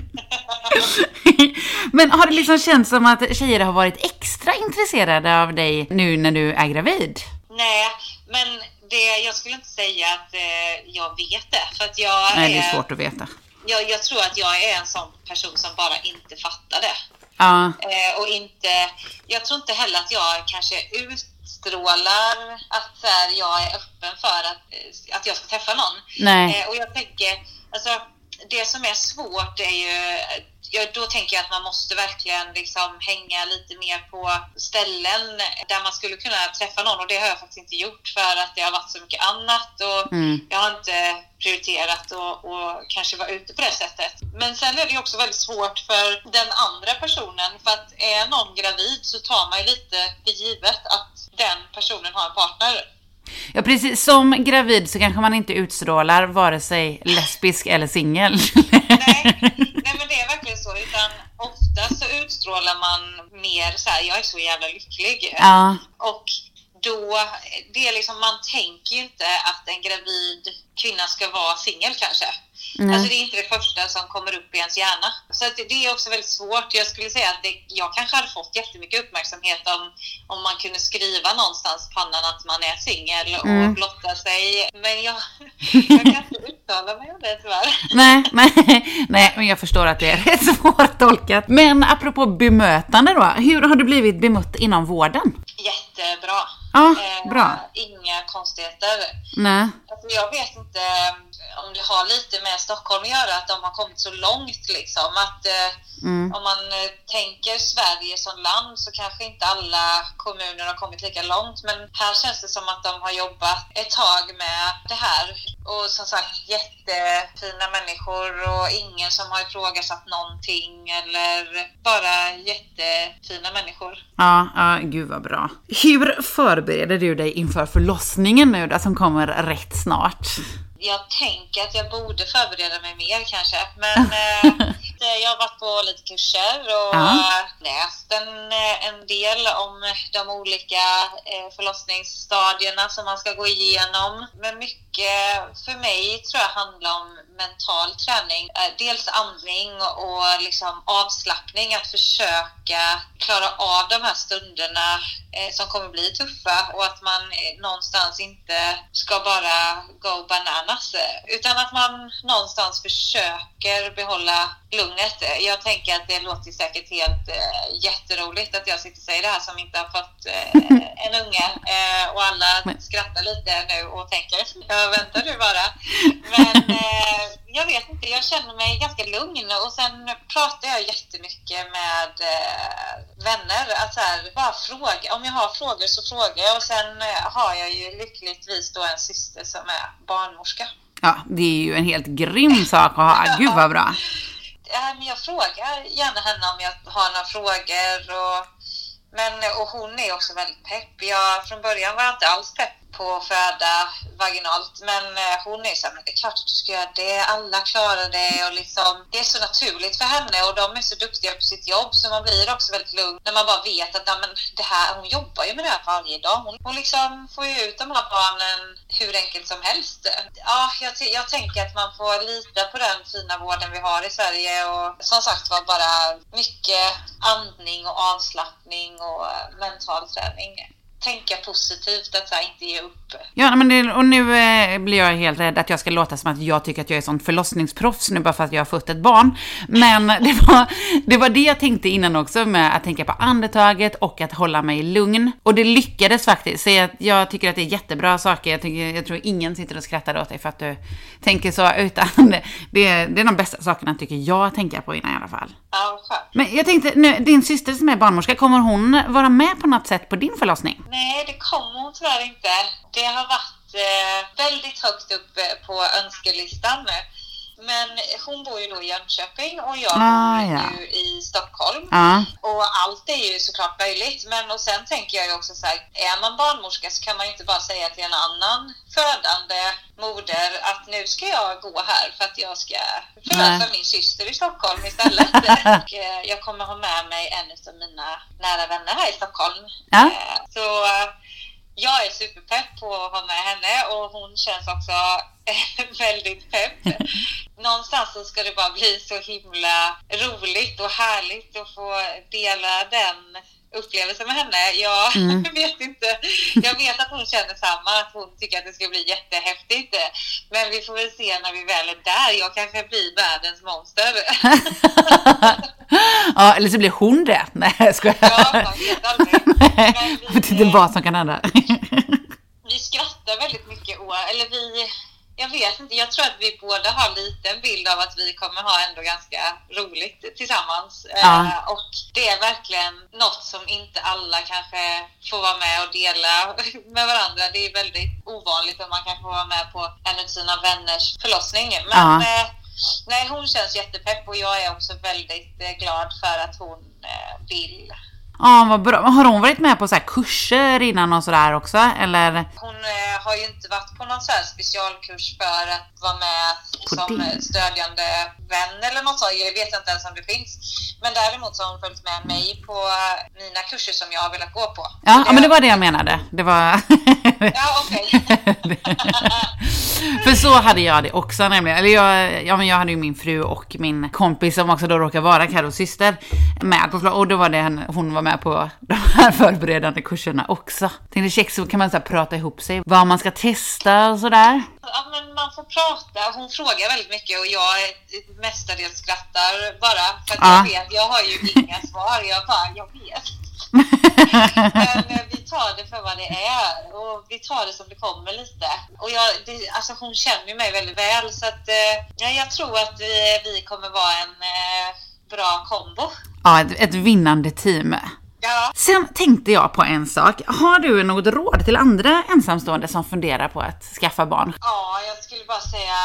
Men har det liksom känts som att tjejer har varit extra intresserade av dig nu när du är gravid? Nej, men jag skulle inte säga att jag vet det. För att det är svårt att veta. Jag tror att jag är en sån person som bara inte fattar det. Och jag tror inte heller att jag kanske utstrålar att så här, jag är öppen för att jag ska träffa någon. Nej. Och jag tänker, alltså, det som är svårt är ju, då tänker jag att man måste verkligen liksom hänga lite mer på ställen där man skulle kunna träffa någon, och det har jag faktiskt inte gjort för att det har varit så mycket annat och jag har inte prioriterat och kanske vara ute på det sättet. Men sen är det också väldigt svårt för den andra personen, för att är någon gravid så tar man ju lite för givet att den personen har en partner. Ja, precis. Som gravid så kanske man inte utstrålar vare sig lesbisk eller singel. Nej, men det är verkligen så. Utan ofta så utstrålar man mer så här, jag är så jävla lycklig. Och då, det är liksom, man tänker ju inte att en gravid kvinna ska vara singel kanske. Alltså det är inte det första som kommer upp i ens hjärna. Så att det är också väldigt svårt. Jag skulle säga att jag kanske hade fått jättemycket uppmärksamhet om man kunde skriva någonstans på pannan att man är singel och blotta sig. Men jag kan inte uttala mig om det tyvärr. Nej, men jag förstår att det är rätt svårt tolkat. Men apropå bemötande då, hur har du blivit bemött inom vården? Jättebra. Ja, bra. Inga konstigheter. Nej. Alltså jag vet inte om det har lite med Stockholm att göra, att de har kommit så långt liksom. Att om man tänker Sverige som land så kanske inte alla kommuner har kommit lika långt. Men här känns det som att de har jobbat ett tag med det här. Och som sagt, jättefina människor och ingen som har ifrågasatt någonting, eller bara jättefina människor. Ja, gud vad bra. Hur förbereder du dig inför förlossningen nu då, som kommer rätt snart? Jag tänker att jag borde förbereda mig mer kanske. Men jag har varit på lite kurser och läst en del om de olika förlossningsstadierna som man ska gå igenom. Men mycket för mig tror jag handlar om mental träning. Dels andning och liksom avslappning. Att försöka klara av de här stunderna som kommer bli tuffa. Och att man någonstans inte ska bara go bananas. Utan att man någonstans försöker behålla lugnet. Jag tänker att det låter säkert helt jätteroligt att jag sitter och säger det här som inte har fått en unge. Och alla skrattar lite nu och tänker, jag väntar du bara. Men jag vet inte, jag känner mig ganska lugn. Och sen pratar jag jättemycket med vänner. Att så här, bara fråga. Om jag har frågor så frågar jag. Och sen har jag ju lyckligtvis då en syster som är barnmorska. Ja, det är ju en helt grym sak att ha. Gud vad bra. Men jag frågar gärna henne om jag har några frågor. Och hon är också väldigt pepp. Från början var jag inte alls pepp på att föda vaginalt. Men hon är så här, men det är klart att du ska göra det. Alla klarar det. Och liksom, det är så naturligt för henne. Och de är så duktiga på sitt jobb. Så man blir också väldigt lugn. När man bara vet att men det här, hon jobbar ju med det här varje dag. Hon liksom får ju ut de här barnen hur enkelt som helst. Ja, jag tänker att man får lita på den fina vården vi har i Sverige. Och som sagt var bara mycket andning och avslappning och mental träning. Tänka positivt, att så här, inte ge upp. Ja, men och nu blir jag helt rädd att jag ska låta som att jag tycker att jag är sån förlossningsproffs nu bara för att jag har fått ett barn. Men det var det jag tänkte innan också, med att tänka på andetaget och att hålla mig lugn. Och det lyckades faktiskt. Så jag tycker att det är jättebra saker. Jag tror ingen sitter och skrattar åt dig för att du tänker så, utan det är de bästa sakerna tycker jag tänker på innan i alla fall. Ja, skönt. Men jag tänkte, nu, din syster som är barnmorska, kommer hon vara med på något sätt på din förlossning? Nej, det kommer hon tyvärr inte. Det har varit väldigt högt upp på önskelistan. Men hon bor ju då i Jönköping och jag bor ju i Stockholm. Och allt är ju såklart möjligt. Men och sen tänker jag ju också så här, är man barnmorska så kan man ju inte bara säga till en annan födande moder att nu ska jag gå här för att jag ska förlösa min syster i Stockholm istället. Och jag kommer ha med mig en av mina nära vänner här i Stockholm. Så jag är superpepp på att ha med henne och hon känns också väldigt pepp. Någonstans så ska det bara bli så himla roligt och härligt att få dela den upplevelsen med henne. Jag vet inte. Jag vet att hon känner samma, att hon tycker att det ska bli jättehäftigt. Men vi får väl se när vi väl är där. Jag kanske blir världens monster. Ja, eller så blir hon det. Nej, jag skojar. Ja, man vet aldrig. Jag vet inte vad som kan hända. Vi skrattar väldigt mycket. Jag vet inte, jag tror att vi båda har lite en bild av att vi kommer ha ändå ganska roligt tillsammans. Och det är verkligen något som inte alla kanske får vara med och dela med varandra. Det är väldigt ovanligt att man kan få vara med på en av sina vänners förlossning. Men nej, hon känns jättepepp och jag är också väldigt glad för att hon vill. Ja, vad bra. Har hon varit med på så här kurser innan och sådär också? Eller? Hon har ju inte varit på någon så här specialkurs för att vara med som stödjande vän eller något så. Jag vet inte ens om det finns. Men däremot så har hon följt med mig på mina kurser som jag har velat gå på. Ja, men det var det jag menade. Det var... Ja, okej. För så hade jag det också nämligen. Eller jag hade ju min fru och min kompis som också då råkar vara Karos syster med på och då var det hon var med på de här förberedande kurserna också. Tänkte check så kan man så här prata ihop sig vad man ska testa och sådär. Ja, men man får prata. Hon frågar väldigt mycket och jag mestadels skrattar bara för att jag har ju inga svar. Jag vet. Men vi tar det för vad det är och vi tar det som det kommer lite. Och alltså hon känner mig väldigt väl så att jag tror att vi kommer vara en bra kombo. Ja, ett vinnande team. Ja. Sen tänkte jag på en sak. Har du något råd till andra ensamstående som funderar på att skaffa barn? Ja, jag skulle bara säga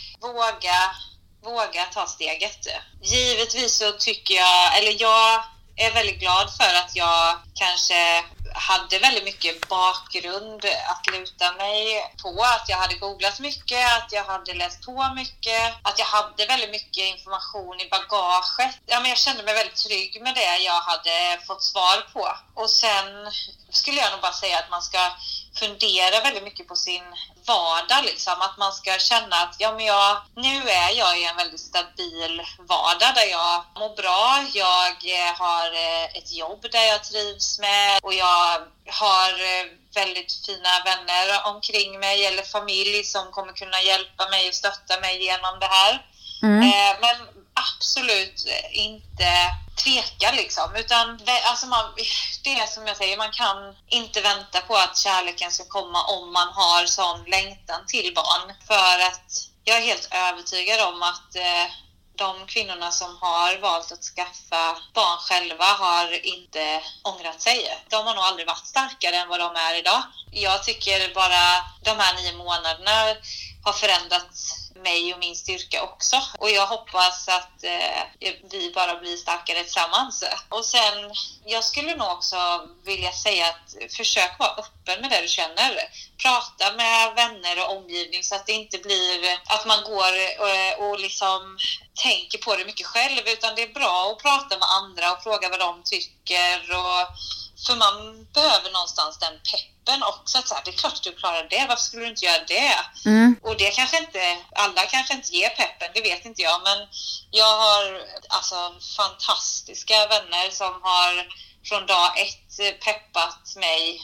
våga ta steget. Givetvis så tycker jag är väldigt glad för att jag kanske hade väldigt mycket bakgrund att luta mig på, att jag hade googlat mycket, att jag hade läst på mycket, att jag hade väldigt mycket information i bagaget. Ja, men jag kände mig väldigt trygg med det jag hade fått svar på. Och sen skulle jag nog bara säga att man ska fundera väldigt mycket på sin vardag liksom, att man ska känna att nu är jag i en väldigt stabil vardag där jag mår bra, jag har ett jobb där jag trivs med och jag har väldigt fina vänner omkring mig eller familj som kommer kunna hjälpa mig och stötta mig genom det här. Men absolut inte tveka liksom, utan det är som jag säger, man kan inte vänta på att kärleken ska komma om man har sån längtan till barn, för att jag är helt övertygad om att de kvinnorna som har valt att skaffa barn själva har inte ångrat sig. De har nog aldrig varit starkare än vad de är idag. Jag tycker bara de här 9 månaderna har förändrat mig och min styrka också. Och jag hoppas att vi bara blir starkare tillsammans. Och sen, jag skulle nog också vilja säga att försök vara öppen med det du känner. Prata med vänner och omgivning så att det inte blir att man går och liksom tänker på det mycket själv. Utan det är bra att prata med andra och fråga vad de tycker. För man behöver någonstans den peppen också. Att så här, det är klart att du klarar det. Varför skulle du inte göra det? Och det alla kanske inte ger peppen. Det vet inte jag. Men jag har alltså fantastiska vänner som har från dag 1 peppat mig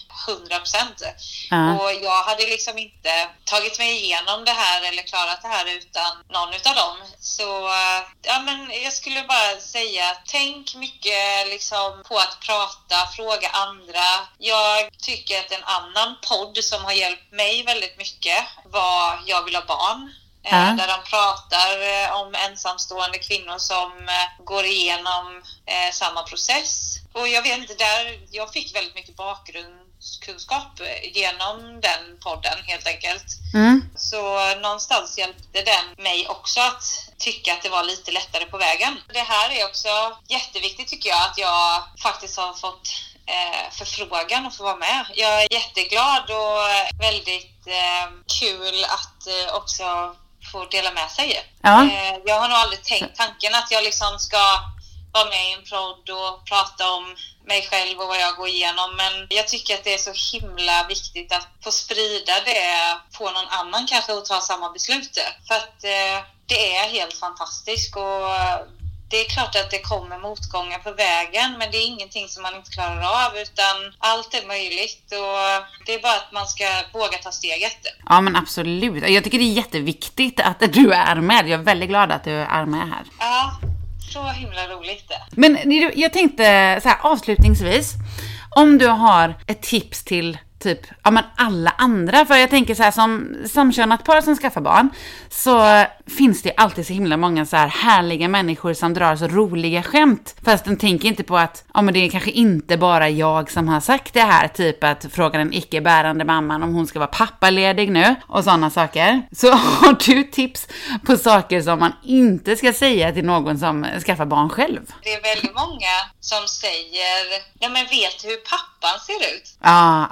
100%. Och jag hade liksom inte tagit mig igenom det här eller klarat det här utan någon utav dem. Så men jag skulle bara säga, tänk mycket liksom på att prata, fråga andra. Jag tycker att en annan podd som har hjälpt mig väldigt mycket var Jag vill ha barn. Där de pratar om ensamstående kvinnor som går igenom samma process. Och jag vet inte, jag fick väldigt mycket bakgrundskunskap genom den podden helt enkelt. Så någonstans hjälpte den mig också att tycka att det var lite lättare på vägen. Det här är också jätteviktigt tycker jag, att jag faktiskt har fått förfrågan att få vara med. Jag är jätteglad och väldigt kul att också få dela med sig. Jag har nog aldrig tänkt tanken att jag liksom ska vara med i en podd och prata om mig själv och vad jag går igenom. Men jag tycker att det är så himla viktigt att få sprida det på någon annan kanske och ta samma beslut. För att det är helt fantastiskt och det är klart att det kommer motgångar på vägen, men det är ingenting som man inte klarar av, utan allt är möjligt och det är bara att man ska våga ta steget. Ja, men absolut. Jag tycker det är jätteviktigt att du är med. Jag är väldigt glad att du är med här. Ja, så himla roligt. Men jag tänkte så här avslutningsvis, om du har ett tips till typ, alla andra, för jag tänker så här, som samkönat par som skaffar barn så finns det alltid så himla många så här härliga människor som drar så roliga skämt, fast de tänker inte på att men det är kanske inte bara jag som har sagt det här, typ att fråga den icke-bärande mamman om hon ska vara pappaledig nu och sådana saker. Så har du tips på saker som man inte ska säga till någon som skaffar barn själv? Det är väldigt många som säger, men vet du hur pappan ser ut?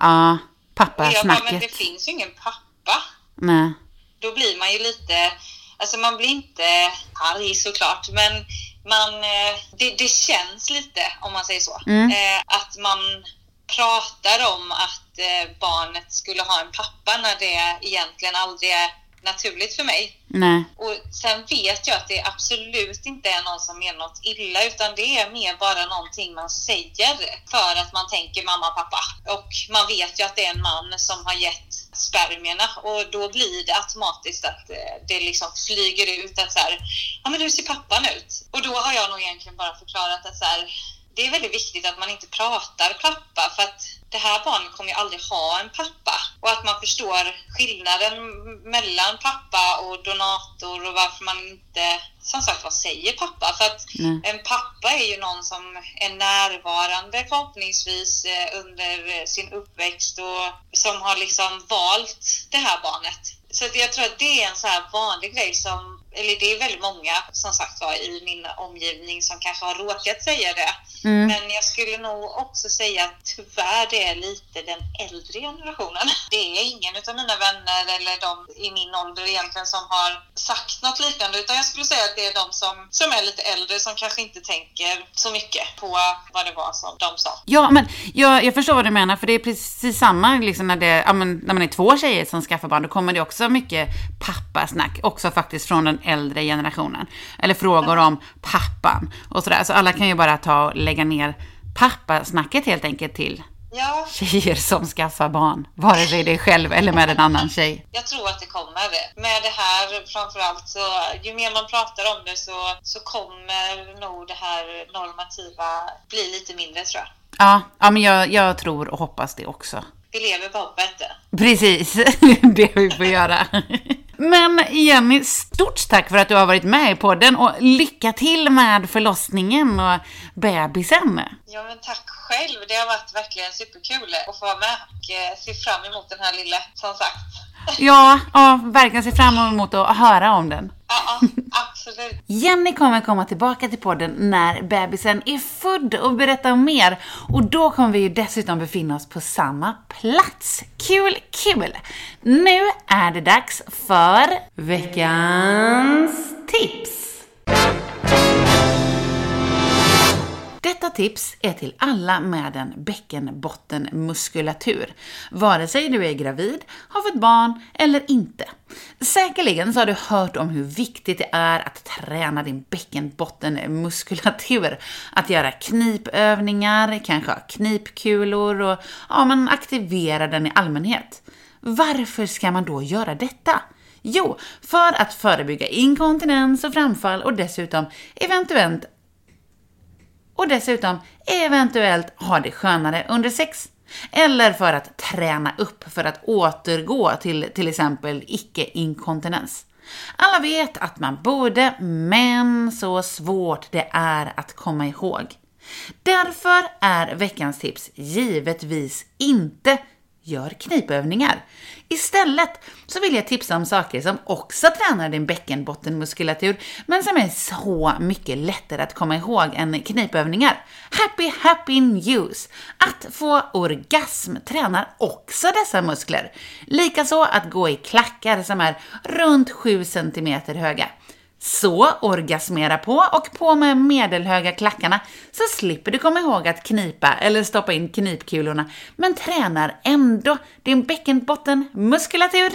Pappasnacket. Men det finns ju ingen pappa. Nej. Då blir man ju lite, Alltså man blir inte arg såklart, men det känns lite, om man säger så. Att man pratar om att barnet skulle ha en pappa när det egentligen aldrig är naturligt för mig. Nej. Och sen vet jag att det absolut inte är någon som menar något illa, utan det är mer bara någonting man säger för att man tänker mamma och pappa. Och man vet ju att det är en man som har gett spermierna, och då blir det automatiskt att det liksom flyger ut att så här, ja men hur ser pappan ut? Och då har jag nog egentligen bara förklarat att så här, det är väldigt viktigt att man inte pratar pappa, för att det här barnet kommer ju aldrig ha en pappa. Och att man förstår skillnaden mellan pappa och donator, och varför man inte, som sagt, vad säger pappa. För att en pappa är ju någon som är närvarande förhoppningsvis under sin uppväxt, och som har liksom valt det här barnet. Så att jag tror att det är en så här vanlig grej som, eller det är väldigt många som sagt var i min omgivning som kanske har råkat säga det. Men jag skulle nog också säga att tyvärr det är lite den äldre generationen. Det är ingen av mina vänner eller de i min ålder egentligen som har sagt något liknande, utan jag skulle säga att det är de som är lite äldre som kanske inte tänker så mycket på vad det var som de sa. Ja, men jag förstår vad du menar, för det är precis samma liksom när man är två tjejer som skaffar barn, då kommer det också mycket pappasnack, också faktiskt från den äldre generationen. Eller frågor om pappan och sådär. Så alla kan ju bara ta och lägga ner pappasnacket helt enkelt till tjejer som skaffar barn, vare sig det är själv eller med en annan tjej. Jag tror att det kommer med det här, framförallt så ju mer man pratar om det så kommer nog det här normativa bli lite mindre, tror jag. Ja, men jag tror och hoppas det också. Vi lever på hoppet. Precis, det vi får göra. Men Jenny, stort tack för att du har varit med i podden, och lycka till med förlossningen och bebisen. Ja, men tack själv. Det har varit verkligen superkul att få vara med och se fram emot den här lilla, som sagt. Ja, verkligen se fram emot att höra om den. Ja, absolut. Jenny kommer komma tillbaka till podden när bebisen är född och berätta mer. Och då kommer vi ju dessutom befinna oss på samma plats. Kul! Nu är det dags för veckans tips. Detta tips är till alla med en bäckenbottenmuskulatur, vare sig du är gravid, har fått barn eller inte. Säkerligen så har du hört om hur viktigt det är att träna din bäckenbottenmuskulatur, att göra knipövningar, kanske ha knipkulor och man aktiverar den i allmänhet. Varför ska man då göra detta? Jo, för att förebygga inkontinens och framfall, och dessutom eventuellt ha det skönare under sex. Eller för att träna upp för att återgå till exempel icke-inkontinens. Alla vet att man borde, men så svårt det är att komma ihåg. Därför är veckans tips givetvis inte gör knipövningar. Istället så vill jag tipsa om saker som också tränar din bäckenbottenmuskulatur, men som är så mycket lättare att komma ihåg än knipövningar. Happy news! Att få orgasm tränar också dessa muskler. Likaså att gå i klackar som är runt 7 cm höga. Så orgasmera på med medelhöga klackarna, så slipper du komma ihåg att knipa eller stoppa in knipkulorna, men tränar ändå din bäckenbottenmuskulatur.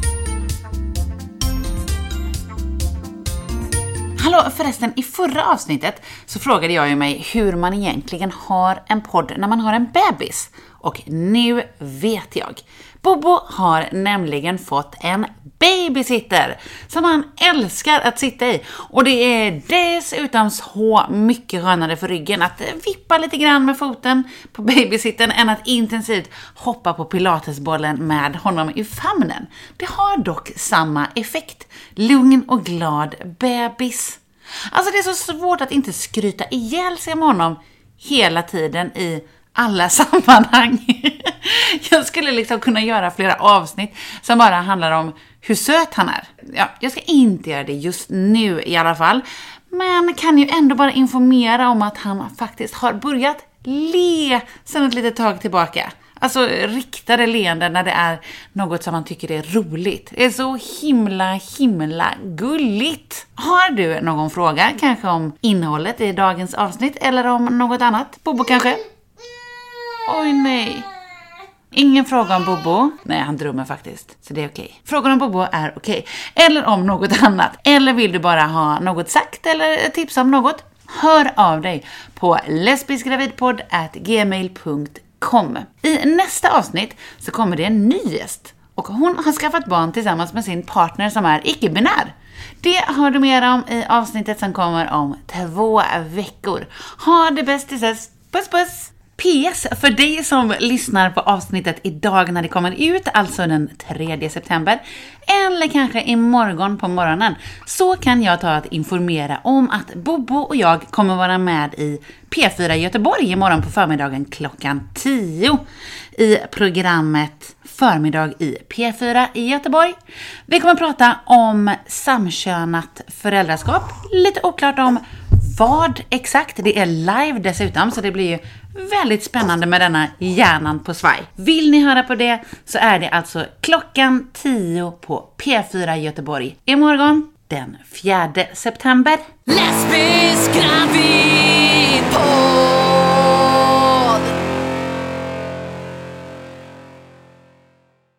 Hallå, förresten, i förra avsnittet så frågade jag ju mig hur man egentligen har en podd när man har en bebis. Och nu vet jag. Bobo har nämligen fått en babysitter som han älskar att sitta i. Och det är dessutom så mycket skönare för ryggen att vippa lite grann med foten på babysittern än att intensivt hoppa på pilatesbollen med honom i famnen. Det har dock samma effekt. Lugn och glad bebis. Alltså det är så svårt att inte skryta ihjäl sig med honom hela tiden i alla sammanhang. Jag skulle liksom kunna göra flera avsnitt som bara handlar om hur söt han är. Ja, jag ska inte göra det just nu i alla fall. Men kan ju ändå bara informera om att han faktiskt har börjat le sedan ett litet tag tillbaka. Alltså riktade leenden när det är något som man tycker är roligt. Det är så himla gulligt. Har du någon fråga kanske om innehållet i dagens avsnitt eller om något annat? Bobo kanske? Oj nej. Ingen fråga om Bobo. Nej, han drömmer faktiskt. Så det är okej. Frågan om Bobo är okej. Eller om något annat. Eller vill du bara ha något sagt eller tipsa om något? Hör av dig på lesbiskgravidpodd@gmail.com. I nästa avsnitt så kommer det en ny gäst. Och hon har skaffat barn tillsammans med sin partner som är icke-binär. Det har du mer om i avsnittet som kommer om 2 veckor. Ha det bäst tills dess. Puss puss! PS, för dig som lyssnar på avsnittet idag när det kommer ut, alltså den 3 september, eller kanske imorgon på morgonen, så kan jag ta att informera om att Bobo och jag kommer vara med i P4 Göteborg imorgon på förmiddagen klockan 10 i programmet Förmiddag i P4 i Göteborg. Vi kommer prata om samkönat föräldraskap, lite oklart om vad exakt, det är live dessutom så det blir ju väldigt spännande med denna hjärnan på svaj. Vill ni höra på det så är det alltså klockan 10 på P4 Göteborg imorgon den 4 september. Lesbisk gravid på